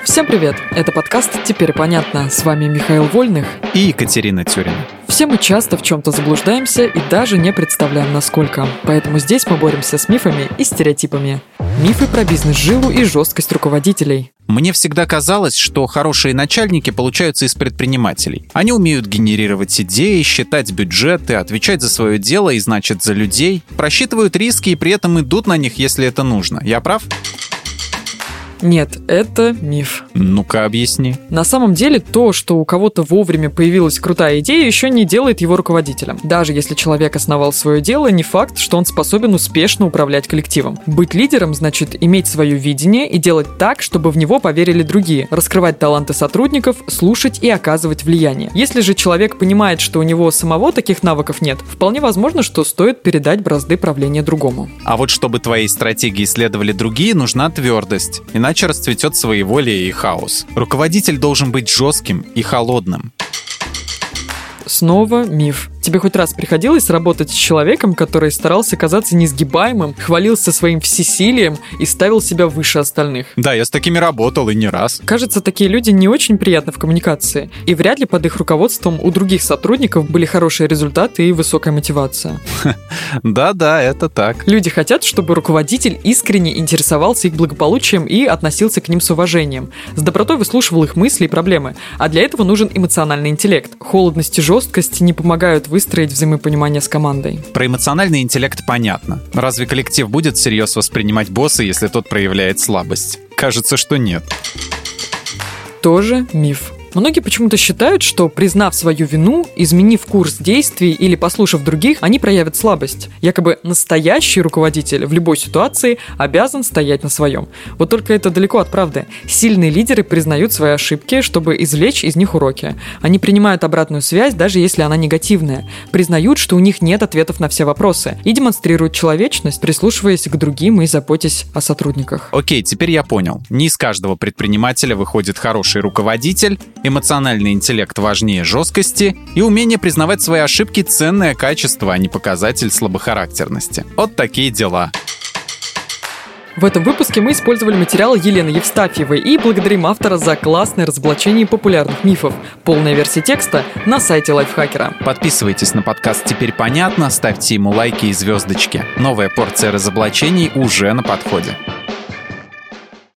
Всем привет! Это подкаст «Теперь понятно». С вами Михаил Вольных и Екатерина Тюрина. Все мы часто в чем-то заблуждаемся и даже не представляем, насколько. Поэтому здесь мы боремся с мифами и стереотипами. Мифы про бизнес-жилу и жесткость руководителей. Мне всегда казалось, что хорошие начальники получаются из предпринимателей. Они умеют генерировать идеи, считать бюджеты, отвечать за свое дело и, значит, за людей, просчитывают риски и при этом идут на них, если это нужно. Я прав? Нет, это миф. Ну-ка, объясни. На самом деле, то, что у кого-то вовремя появилась крутая идея, еще не делает его руководителем. Даже если человек основал свое дело, не факт, что он способен успешно управлять коллективом. Быть лидером значит иметь свое видение и делать так, чтобы в него поверили другие, раскрывать таланты сотрудников, слушать и оказывать влияние. Если же человек понимает, что у него самого таких навыков нет, вполне возможно, что стоит передать бразды правления другому. А вот чтобы твоей стратегии следовали другие, нужна твердость. Иначе расцветет своеволие и хаос. Руководитель должен быть жестким и холодным. Снова миф. Тебе хоть раз приходилось работать с человеком, который старался казаться несгибаемым, хвалился своим всесилием и ставил себя выше остальных? Да, я с такими работал и не раз. Кажется, такие люди не очень приятны в коммуникации, и вряд ли под их руководством у других сотрудников были хорошие результаты и высокая мотивация. Да, это так. Люди хотят, чтобы руководитель искренне интересовался их благополучием и относился к ним с уважением, с добротой выслушивал их мысли и проблемы, а для этого нужен эмоциональный интеллект. Холодность и жесткость не помогают выстроить взаимопонимание с командой. Про эмоциональный интеллект понятно. Разве коллектив будет всерьез воспринимать босса, если тот проявляет слабость? Кажется, что нет. Тоже миф. Многие почему-то считают, что, признав свою вину, изменив курс действий или послушав других, они проявят слабость. Якобы настоящий руководитель в любой ситуации обязан стоять на своем. Вот только это далеко от правды. Сильные лидеры признают свои ошибки, чтобы извлечь из них уроки. Они принимают обратную связь, даже если она негативная. Признают, что у них нет ответов на все вопросы. И демонстрируют человечность, прислушиваясь к другим и заботясь о сотрудниках. Окей, теперь я понял. Не из каждого предпринимателя выходит хороший руководитель. Эмоциональный интеллект важнее жесткости, и умение признавать свои ошибки — ценное качество, а не показатель слабохарактерности. Вот такие дела. В этом выпуске мы использовали материал Елены Евстафьевой и благодарим автора за классное разоблачение популярных мифов. Полная версия текста на сайте Лайфхакера. Подписывайтесь на подкаст «Теперь понятно», ставьте ему лайки и звездочки. Новая порция разоблачений уже на подходе.